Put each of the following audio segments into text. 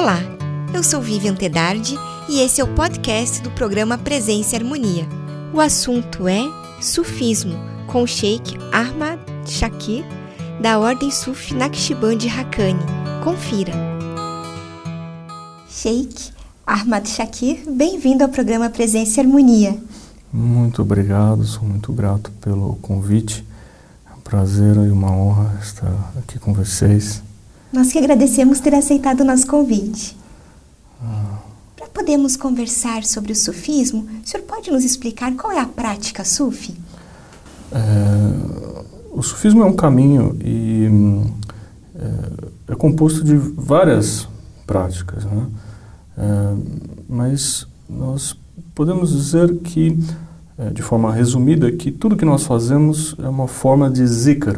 Olá, eu sou Vivian Tedardi e esse é o podcast do programa Presença e Harmonia. O assunto é Sufismo, com o Sheikh Ahmad Shakir, da Ordem Sufi Naqshbandi Haqqani. Confira. Sheikh Ahmad Shakir, bem-vindo ao programa Presença e Harmonia. Muito obrigado, sou muito grato pelo convite. É um prazer e uma honra estar aqui com vocês. Nós que agradecemos ter aceitado o nosso convite. Para podermos conversar sobre o sufismo, o senhor pode nos explicar qual é a prática sufi? O sufismo é um caminho e é composto de várias práticas, né? Mas nós podemos dizer que, de forma resumida, que tudo que nós fazemos é uma forma de zikr.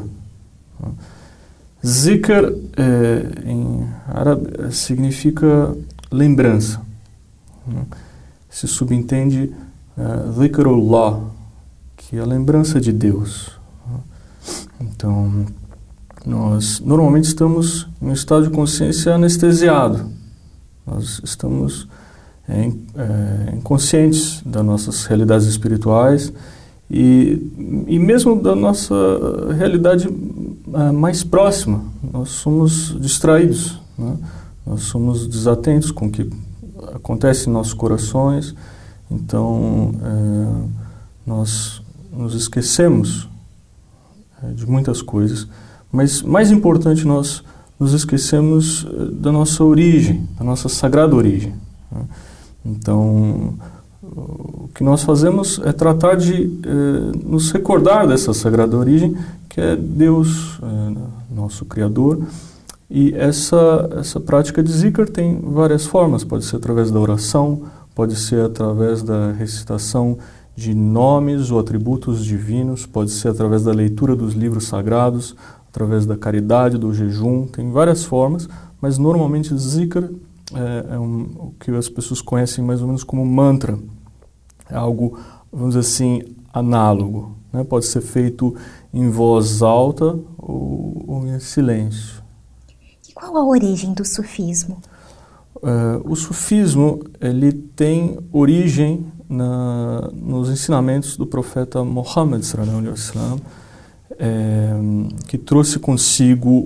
Zikr, em árabe, significa lembrança. Se subentende zikrullah, que é a lembrança de Deus. Então, nós normalmente estamos em um estado de consciência anestesiado. Nós estamos inconscientes das nossas realidades espirituais e mesmo da nossa realidade mais próxima. Nós somos distraídos, né? Nós somos desatentos com o que acontece em nossos corações. Então, nós nos esquecemos de muitas coisas, mas mais importante, nós nos esquecemos da nossa origem, da nossa sagrada origem, né? Então, o que nós fazemos é tratar de nos recordar dessa sagrada origem, que é Deus, nosso Criador. E essa prática de zikr tem várias formas. Pode ser através da oração, pode ser através da recitação de nomes ou atributos divinos, pode ser através da leitura dos livros sagrados, através da caridade, do jejum. Tem várias formas, mas normalmente zikr o que as pessoas conhecem mais ou menos como mantra. É algo, vamos dizer assim, análogo, né? Pode ser feito em voz alta ou em silêncio. E qual a origem do sufismo? O sufismo, ele tem origem nos ensinamentos do profeta Muhammad sallallahu alaihi wasallam, que trouxe consigo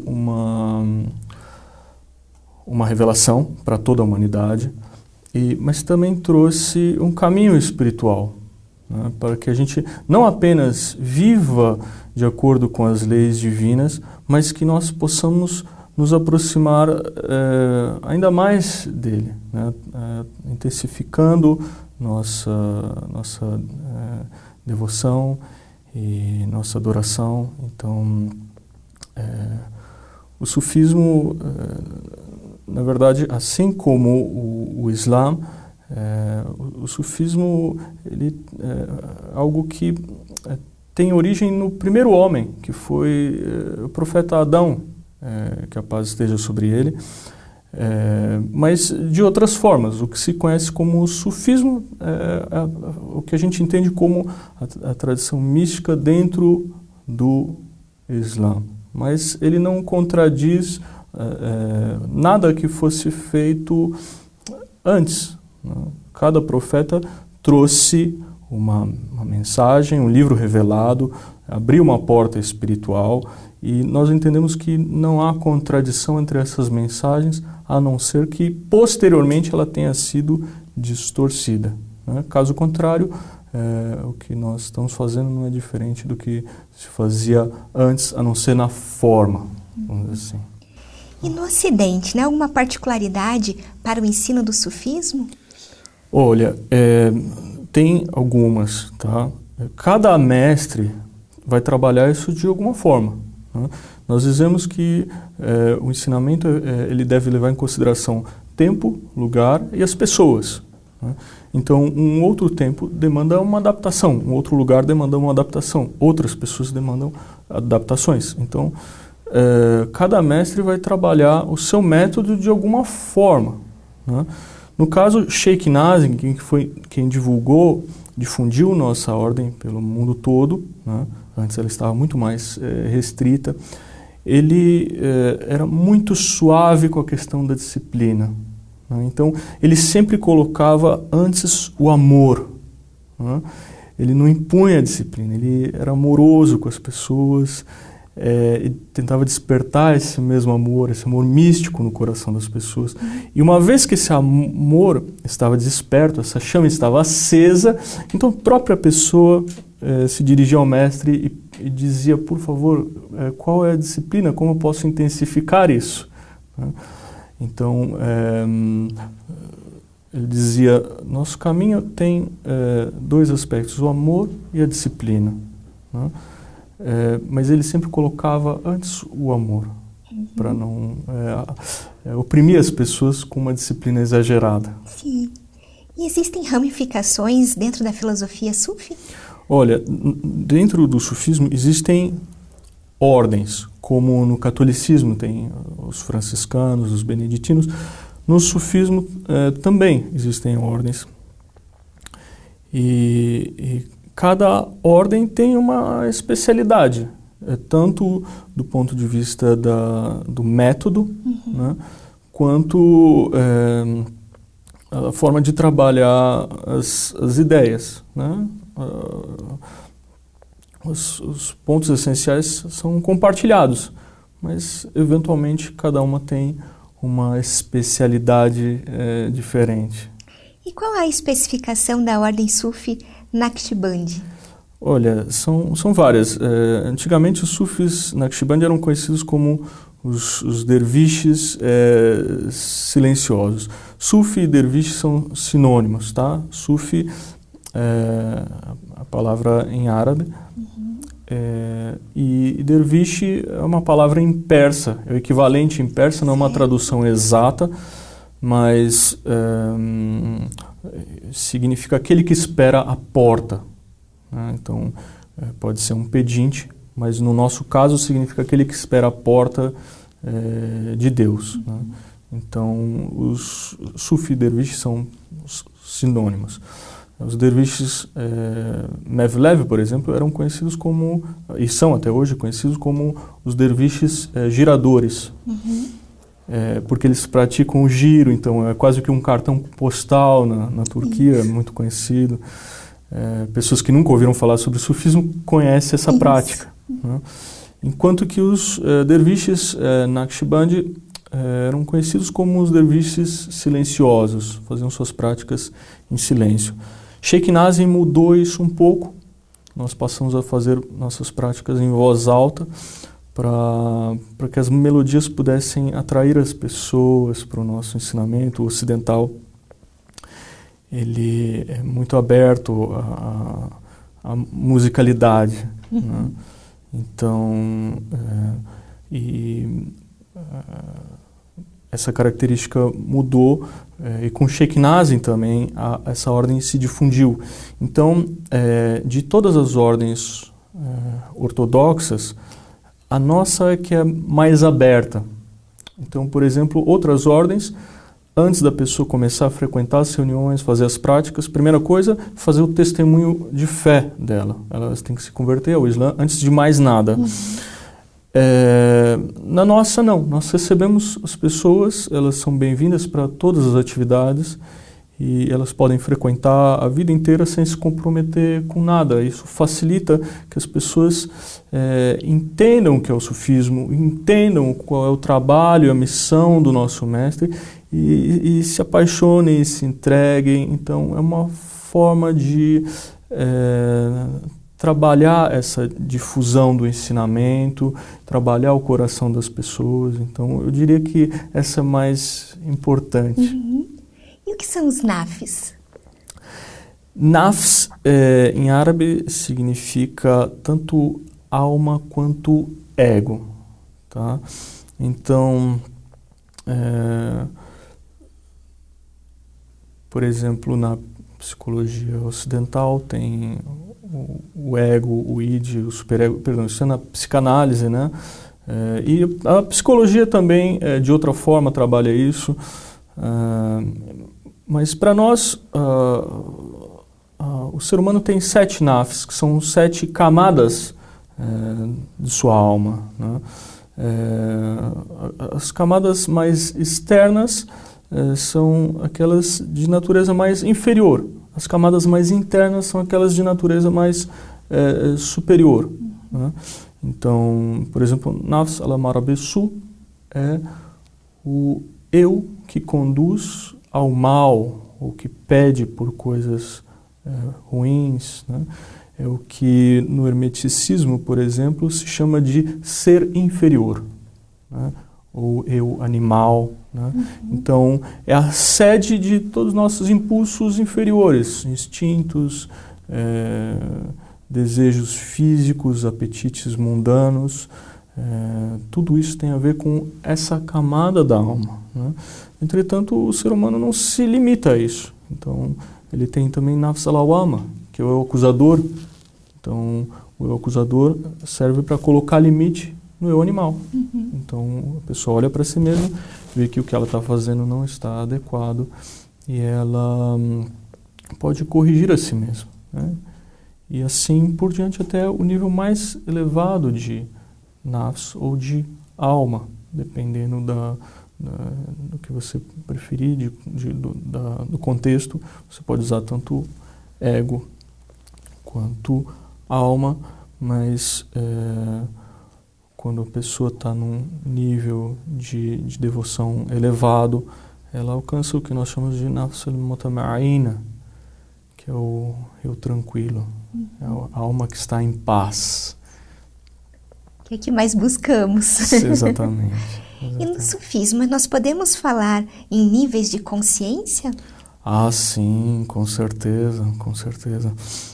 uma revelação para toda a humanidade, mas também trouxe um caminho espiritual, né, para que a gente não apenas viva de acordo com as leis divinas, mas que nós possamos nos aproximar ainda mais dele, né, intensificando nossa devoção e nossa adoração. Então, o sufismo, na verdade, assim como o Islã, o sufismo ele é algo que tem origem no primeiro homem, que foi o profeta Adão, que a paz esteja sobre ele, mas de outras formas. O que se conhece como sufismo é o que a gente entende como a tradição mística dentro do Islã, mas ele não contradiz nada que fosse feito antes, né? Cada profeta trouxe uma mensagem, um livro revelado, abriu uma porta espiritual, e nós entendemos que não há contradição entre essas mensagens, a não ser que posteriormente ela tenha sido distorcida, né? Caso contrário, o que nós estamos fazendo não é diferente do que se fazia antes, a não ser na forma, vamos dizer assim. E no Ocidente, né, alguma particularidade para o ensino do sufismo? Olha, tem algumas, tá? Cada mestre vai trabalhar isso de alguma forma, né? Nós dizemos que o ensinamento ele deve levar em consideração tempo, lugar e as pessoas, né? Então, um outro tempo demanda uma adaptação, um outro lugar demanda uma adaptação, outras pessoas demandam adaptações. Então, cada mestre vai trabalhar o seu método de alguma forma, né? No caso, Sheikh Nazim, que foi quem difundiu nossa ordem pelo mundo todo, né? Antes ela estava muito mais restrita, ele era muito suave com a questão da disciplina, né? Então, ele sempre colocava antes o amor, né? Ele não impunha a disciplina, ele era amoroso com as pessoas, e tentava despertar esse mesmo amor, esse amor místico no coração das pessoas. E uma vez que esse amor estava desperto, essa chama estava acesa, então a própria pessoa se dirigia ao mestre e dizia, por favor, qual é a disciplina, como eu posso intensificar isso? Então, ele dizia, nosso caminho tem dois aspectos, o amor e a disciplina, né? Mas ele sempre colocava antes o amor, para não oprimir as pessoas com uma disciplina exagerada. Sim. E existem ramificações dentro da filosofia sufi? Olha, dentro do sufismo existem ordens, como no catolicismo tem os franciscanos, os beneditinos. No sufismo também existem ordens. E cada ordem tem uma especialidade, tanto do ponto de vista do método, né, quanto a forma de trabalhar as ideias, né? Os pontos essenciais são compartilhados, mas eventualmente cada uma tem uma especialidade diferente. E qual a especificação da ordem sufi Naqshbandi? Olha, são várias. Antigamente os sufis Naqshbandi eram conhecidos como os derviches silenciosos. Sufi e derviche são sinônimos, tá? Sufi a palavra em árabe, e derviche é uma palavra em persa, é o equivalente em persa, não é uma tradução exata, mas significa aquele que espera a porta, né? Então, pode ser um pedinte, mas no nosso caso significa aquele que espera a porta de Deus, né? Então, os sufi e derviches são sinônimos. Os derviches Mevlev, por exemplo, eram conhecidos como, e são até hoje conhecidos como os derviches giradores, porque eles praticam o giro, então é quase que um cartão postal na Turquia, muito conhecido. Pessoas que nunca ouviram falar sobre o sufismo conhecem essa prática, né? Enquanto que os derviches Naqshbandi eram conhecidos como os derviches silenciosos, faziam suas práticas em silêncio. Sheikh Nazim mudou isso um pouco, nós passamos a fazer nossas práticas em voz alta para que as melodias pudessem atrair as pessoas para o nosso ensinamento ocidental. Ele é muito aberto à musicalidade, né? Então, essa característica mudou, e com Sheikh Nazim também essa ordem se difundiu. Então, de todas as ordens ortodoxas, a nossa é que é mais aberta. Então, por exemplo, outras ordens, antes da pessoa começar a frequentar as reuniões, fazer as práticas, primeira coisa, fazer o testemunho de fé dela. Elas têm que se converter ao Islã antes de mais nada. Na nossa, não. Nós recebemos as pessoas, elas são bem-vindas para todas as atividades e elas podem frequentar a vida inteira sem se comprometer com nada. Isso facilita que as pessoas entendam o que é o sufismo, entendam qual é o trabalho, a missão do nosso mestre e se apaixonem e se entreguem. Então, é uma forma de trabalhar essa difusão do ensinamento, trabalhar o coração das pessoas. Então, eu diria que essa é mais importante. E o que são os nafs? Nafs, em árabe, significa tanto alma quanto ego, tá? Então, por exemplo, na psicologia ocidental tem o ego, o id, o superego, perdão, isso é na psicanálise, né? E a psicologia também, de outra forma, trabalha isso. Mas para nós, o ser humano tem 7 nafs, que são 7 camadas de sua alma, né? As camadas mais externas são aquelas de natureza mais inferior. As camadas mais internas são aquelas de natureza mais superior. Né? Então, por exemplo, Nafs al-Amara bis-Su é o eu que conduz ao mal, ou que pede por coisas ruins. Né? É o que no hermeticismo, por exemplo, se chama de ser inferior, né? Ou eu animal. Né? Então, é a sede de todos os nossos impulsos inferiores, instintos, desejos físicos, apetites mundanos. Tudo isso tem a ver com essa camada da alma. Né? Entretanto, o ser humano não se limita a isso. Então, ele tem também Nafs al-Lawwama, que é o eu acusador. Então, o eu acusador serve para colocar limite no eu animal. Então, a pessoa olha para si mesma, vê que o que ela está fazendo não está adequado e ela pode corrigir a si mesma. Né? E assim por diante até o nível mais elevado de nafs ou de alma, dependendo do que você preferir, do contexto. Você pode usar tanto ego quanto alma, mas quando a pessoa está num nível de devoção elevado, ela alcança o que nós chamamos de nafs al-mutama'ina, que é o eu tranquilo, é a alma que está em paz. Que é que mais buscamos. Exatamente. E no sufismo, nós podemos falar em níveis de consciência? Ah, sim, com certeza, com certeza.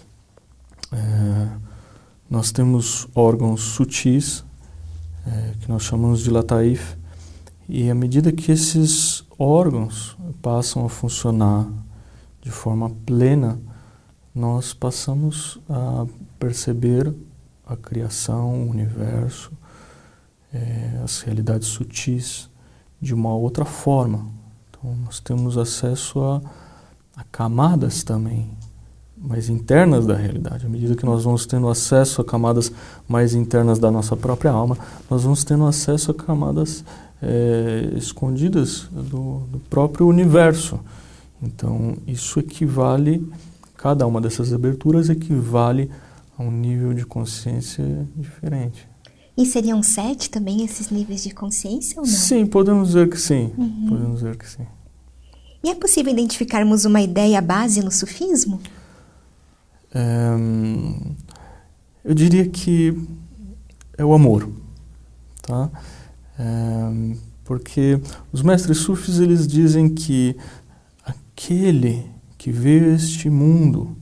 Nós temos órgãos sutis, que nós chamamos de lataif, e à medida que esses órgãos passam a funcionar de forma plena, nós passamos a perceber a criação, o universo, as realidades sutis de uma outra forma. Então, nós temos acesso a camadas também mais internas da realidade. À medida que nós vamos tendo acesso a camadas mais internas da nossa própria alma, nós vamos tendo acesso a camadas escondidas do próprio universo. Então, isso equivale, cada uma dessas aberturas equivale a um nível de consciência diferente. E seriam 7 também esses níveis de consciência ou não? Sim, podemos dizer que sim. Podemos dizer que sim. E é possível identificarmos uma ideia base no sufismo? Eu diria que é o amor, tá? Porque os mestres sufis, eles dizem que aquele que veio a este mundo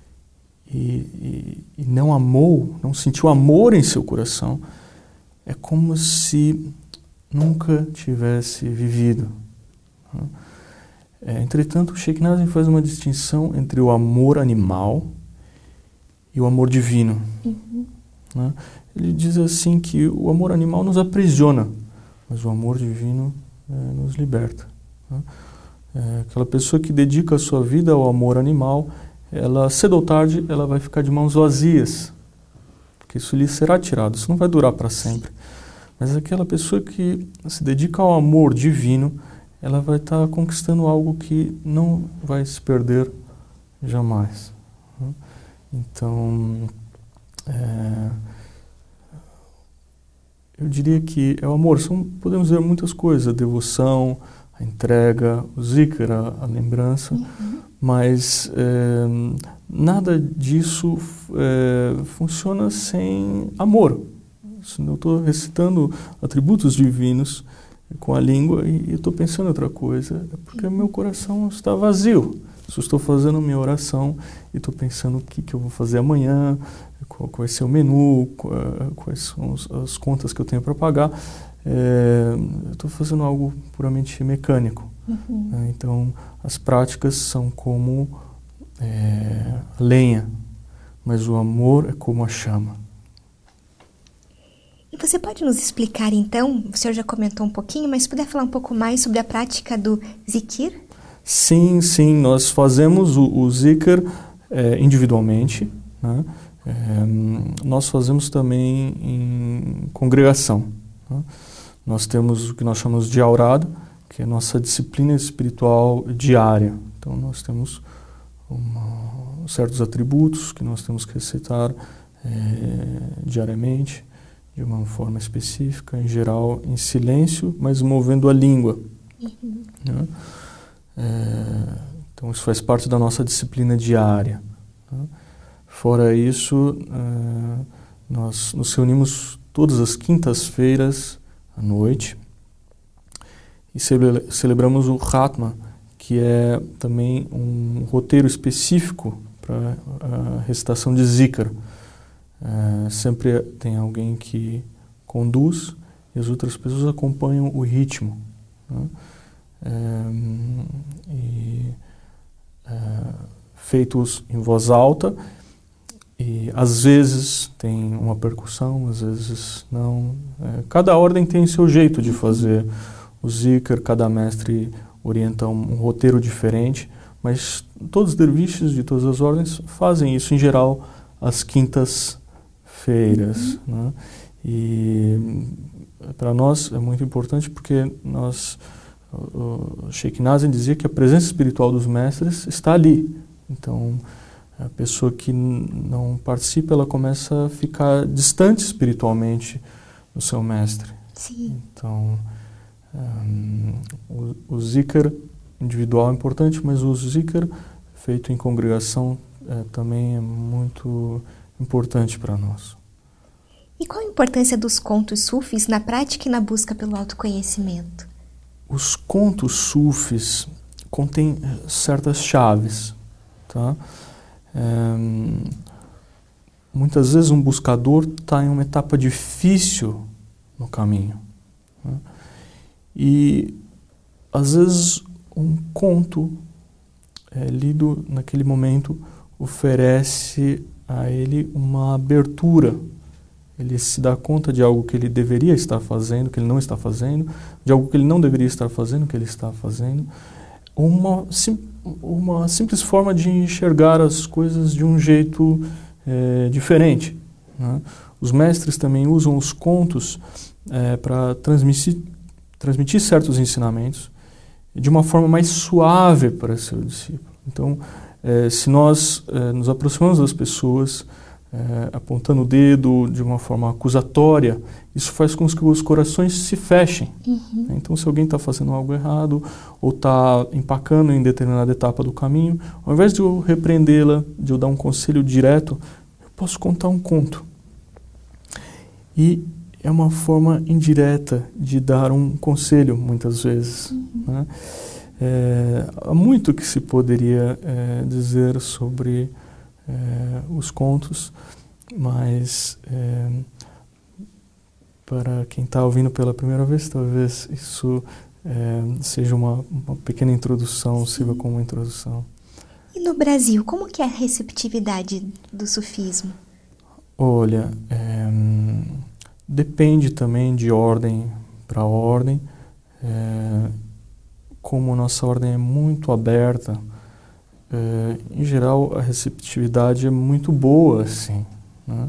e não amou, não sentiu amor em seu coração, é como se nunca tivesse vivido. Entretanto, o Sheikh Nazim faz uma distinção entre o amor animal e o amor divino. Né? Ele diz assim que o amor animal nos aprisiona, mas o amor divino nos liberta. Né? Aquela pessoa que dedica a sua vida ao amor animal, ela, cedo ou tarde, ela vai ficar de mãos vazias, porque isso lhe será tirado, isso não vai durar para sempre. Mas aquela pessoa que se dedica ao amor divino, ela vai estar conquistando algo que não vai se perder jamais. Então, eu diria que é o amor. Podemos dizer muitas coisas, a devoção, a entrega, o zikr, a lembrança, mas nada disso funciona sem amor. Se eu estou recitando atributos divinos com a língua e estou pensando em outra coisa, é porque meu coração está vazio. Se eu estou fazendo minha oração e estou pensando o que eu vou fazer amanhã, qual vai ser o menu, quais são as contas que eu tenho para pagar, eu estou fazendo algo puramente mecânico. Então, as práticas são como a lenha, mas o amor é como a chama. E você pode nos explicar, então, o senhor já comentou um pouquinho, mas se puder falar um pouco mais sobre a prática do zikir? Sim, nós fazemos o zikr individualmente, né? Nós fazemos também em congregação. Né? Nós temos o que nós chamamos de aurado, que é a nossa disciplina espiritual diária. Então nós temos certos atributos que nós temos que recitar diariamente, de uma forma específica, em geral em silêncio, mas movendo a língua. Né? Então isso faz parte da nossa disciplina diária. Né? Fora isso, nós nos reunimos todas as quintas-feiras à noite e celebramos o Hatma, que é também um roteiro específico para a recitação de Zikr. Sempre tem alguém que conduz e as outras pessoas acompanham o ritmo. Né? Feitos em voz alta, e às vezes tem uma percussão, às vezes não. Cada ordem tem seu jeito de fazer o Zikr, cada mestre orienta um roteiro diferente, mas todos os derviches de todas as ordens fazem isso, em geral, às quintas-feiras. Né? E para nós é muito importante porque o Sheikh Nazim dizia que a presença espiritual dos mestres está ali. Então, a pessoa que não participa, ela começa a ficar distante espiritualmente do seu mestre. Sim. Então, o Zikr individual é importante, mas o Zikr feito em congregação também é muito importante para nós. E qual a importância dos contos sufis na prática e na busca pelo autoconhecimento? Os contos sufis contêm certas chaves, tá? Muitas vezes um buscador está em uma etapa difícil no caminho, né? E às vezes um conto lido naquele momento oferece a ele uma abertura. Ele se dá conta de algo que ele deveria estar fazendo, que ele não está fazendo, de algo que ele não deveria estar fazendo, que ele está fazendo. Uma simples forma de enxergar as coisas de um jeito diferente, né? Os mestres também usam os contos para transmitir certos ensinamentos de uma forma mais suave para seu discípulo. Então, se nós nos aproximamos das pessoas apontando o dedo de uma forma acusatória, isso faz com que os corações se fechem. Então, se alguém está fazendo algo errado ou está empacando em determinada etapa do caminho, ao invés de eu repreendê-la, de eu dar um conselho direto, eu posso contar um conto. E é uma forma indireta de dar um conselho, muitas vezes. Né? Há muito que se poderia dizer sobre os contos, mas para quem está ouvindo pela primeira vez, talvez isso seja uma pequena introdução, sirva como uma introdução. E no Brasil, como que é a receptividade do sufismo? Olha, depende também de ordem para ordem. Como a nossa ordem é muito aberta, em geral a receptividade é muito boa, assim, né?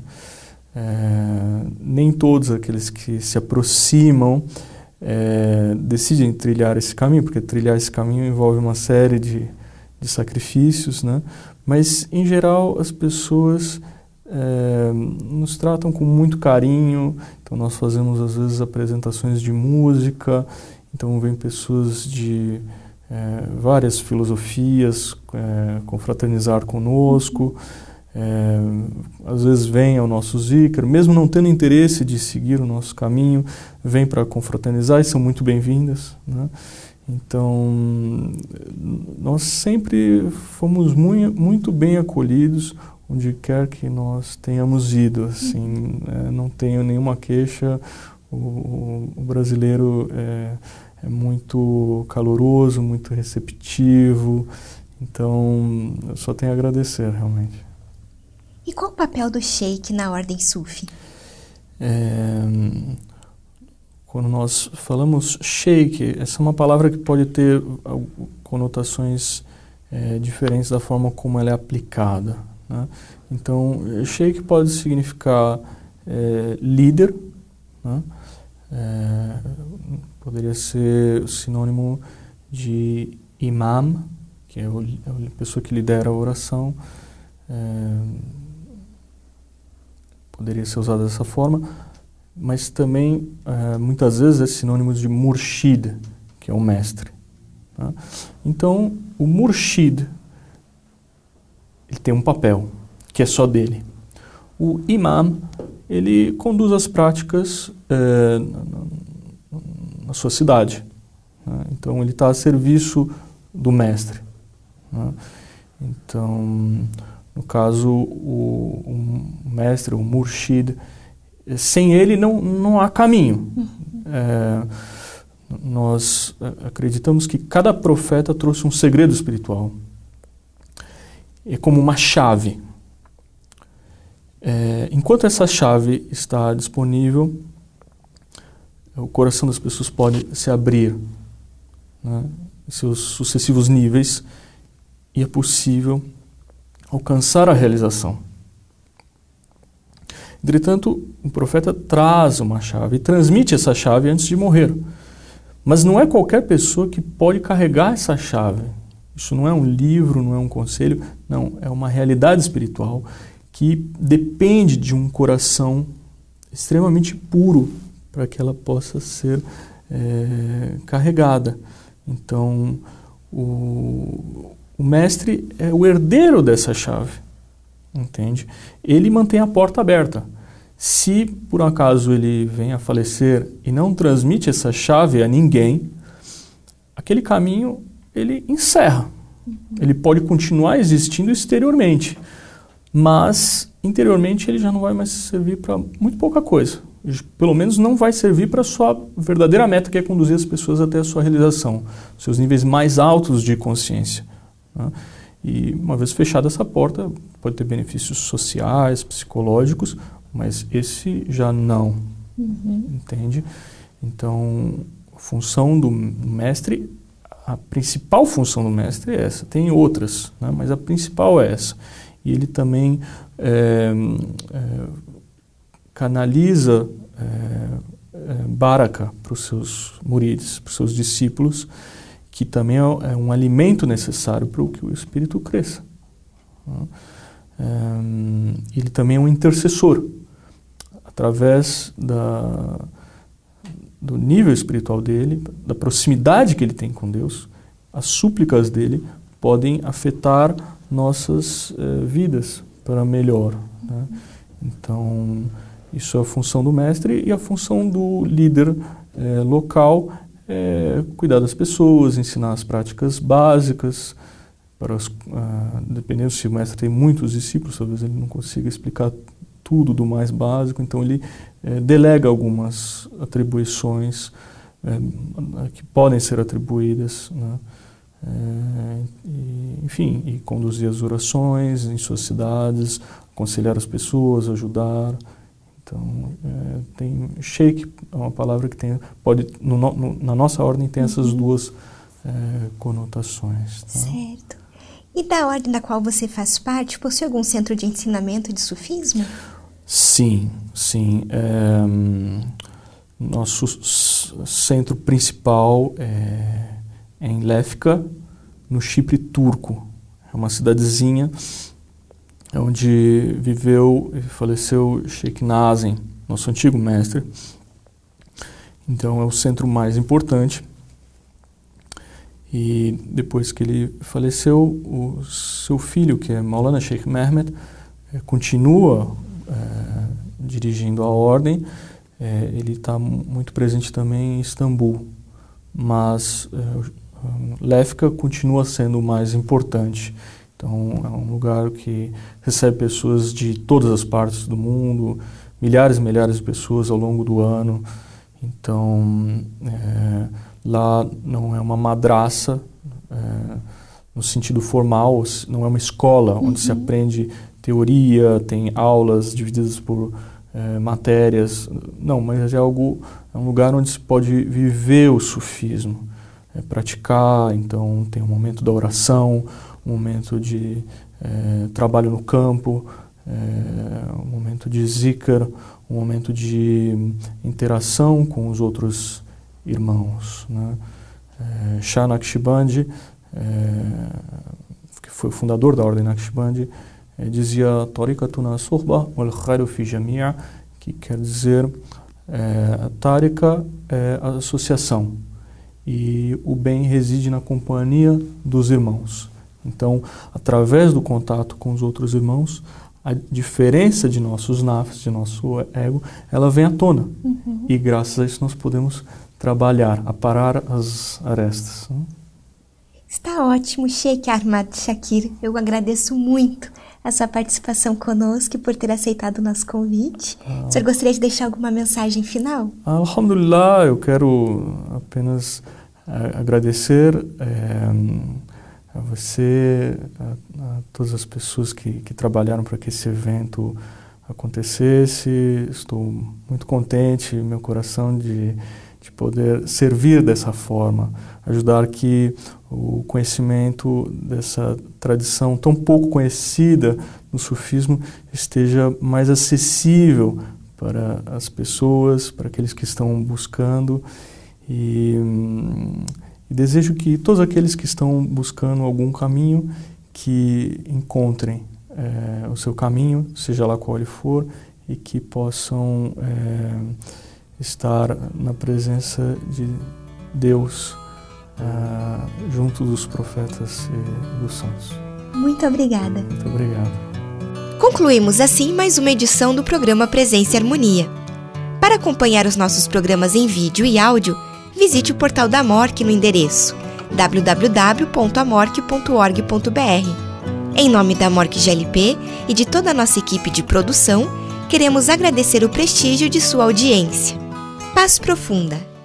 Nem todos aqueles que se aproximam decidem trilhar esse caminho, porque trilhar esse caminho envolve uma série de sacrifícios, né? Mas em geral as pessoas nos tratam com muito carinho. Então nós fazemos às vezes apresentações de música, então vem pessoas de várias filosofias confraternizar conosco, às vezes vem ao nosso Zikr, mesmo não tendo interesse de seguir o nosso caminho, vem para confraternizar e são muito bem-vindas, né? Então, nós sempre fomos muito bem acolhidos onde quer que nós tenhamos ido, assim, não tenho nenhuma queixa. O brasileiro é muito caloroso, muito receptivo, então eu só tenho a agradecer, realmente. E qual o papel do sheikh na ordem sufi? Quando nós falamos sheikh, essa é uma palavra que pode ter conotações diferentes da forma como ela é aplicada, né? Então, sheikh pode significar líder, né? Poderia ser sinônimo de imam, que é a pessoa que lidera a oração. Poderia ser usado dessa forma, mas também muitas vezes é sinônimo de murshid, que é o mestre. Tá? Então, o murshid, ele tem um papel que é só dele. O imam, ele conduz as práticas na sua cidade. Né? Então, ele está a serviço do mestre. Né? Então, no caso, o mestre, o murshid, sem ele não há caminho. Nós acreditamos que cada profeta trouxe um segredo espiritual. É como uma chave. Enquanto essa chave está disponível, o coração das pessoas pode se abrir, né, em seus sucessivos níveis, e é possível alcançar a realização. Entretanto, o profeta traz uma chave e transmite essa chave antes de morrer. Mas não é qualquer pessoa que pode carregar essa chave. Isso não é um livro, não é um conselho, não, é uma realidade espiritual que depende de um coração extremamente puro para que ela possa ser carregada. Então, o mestre é o herdeiro dessa chave, entende? Ele mantém a porta aberta. Se, por acaso, ele vem a falecer e não transmite essa chave a ninguém, aquele caminho, ele encerra. Ele pode continuar existindo exteriormente, mas, interiormente, ele já não vai mais servir para muito pouca coisa. Pelo menos não vai servir para a sua verdadeira meta, que é conduzir as pessoas até a sua realização, seus níveis mais altos de consciência. Né? E, uma vez fechada essa porta, pode ter benefícios sociais, psicológicos, mas esse já não, entende? Então, a função do mestre, a principal função do mestre é essa. Tem outras, né? Mas a principal é essa. E ele também canaliza baraka para os seus murides, para os seus discípulos, que também é um alimento necessário para que o espírito cresça. Ele também é um intercessor. Através do nível espiritual dele, da proximidade que ele tem com Deus, as súplicas dele podem afetar nossas vidas para melhor. Né? Então, isso é a função do mestre, e a função do líder local é cuidar das pessoas, ensinar as práticas básicas, dependendo se o mestre tem muitos discípulos, talvez ele não consiga explicar tudo do mais básico, então ele delega algumas atribuições que podem ser atribuídas, né? E conduzir as orações em suas cidades, aconselhar as pessoas, ajudar. Então, tem sheikh, é uma palavra que na nossa ordem tem essas duas conotações. Tá? Certo. E da ordem da qual você faz parte, possui algum centro de ensinamento de sufismo? Sim. Nosso centro principal é em Lefka, no Chipre turco. É uma cidadezinha onde viveu e faleceu Sheikh Nazem, nosso antigo mestre. Então é o centro mais importante. E depois que ele faleceu, o seu filho, que é Maulana Sheikh Mehmet, continua dirigindo a ordem. Ele está muito presente também em Istambul, mas Lefka continua sendo o mais importante. Então é um lugar que recebe pessoas de todas as partes do mundo, milhares e milhares de pessoas ao longo do ano. Então lá não é uma madraça no sentido formal, não é uma escola onde se aprende teoria, tem aulas divididas por matérias. Não, mas é um lugar onde se pode viver o sufismo, praticar. Então tem um momento da oração, um momento de trabalho no campo, um momento de zikr, um momento de interação com os outros irmãos, né? Shah Naqshbandi, que foi o fundador da ordem Naqshbandi, dizia Tariqatuna Suhba wal khairu fi jami'a, que quer dizer a Tariqa é a associação e o bem reside na companhia dos irmãos. Então, através do contato com os outros irmãos, a diferença de nossos nafs, de nosso ego, ela vem à tona. E graças a isso nós podemos trabalhar, aparar as arestas. Está ótimo, Sheikh Ahmad Shakir. Eu agradeço muito a sua participação conosco e por ter aceitado o nosso convite. O senhor gostaria de deixar alguma mensagem final? Alhamdulillah, eu quero apenas agradecer a você, a todas as pessoas que trabalharam para que esse evento acontecesse. Estou muito contente, meu coração de poder servir dessa forma, ajudar que o conhecimento dessa tradição tão pouco conhecida no sufismo esteja mais acessível para as pessoas, para aqueles que estão buscando, e desejo que todos aqueles que estão buscando algum caminho, que encontrem o seu caminho, seja lá qual ele for, e que possam estar na presença de Deus, junto dos profetas e dos santos. Muito obrigada. Muito obrigado. Concluímos assim mais uma edição do programa Presença e Harmonia. Para acompanhar os nossos programas em vídeo e áudio, visite o portal da Amorque no endereço www.amorque.org.br. Em nome da Amorque GLP e de toda a nossa equipe de produção, queremos agradecer o prestígio de sua audiência. Paz profunda.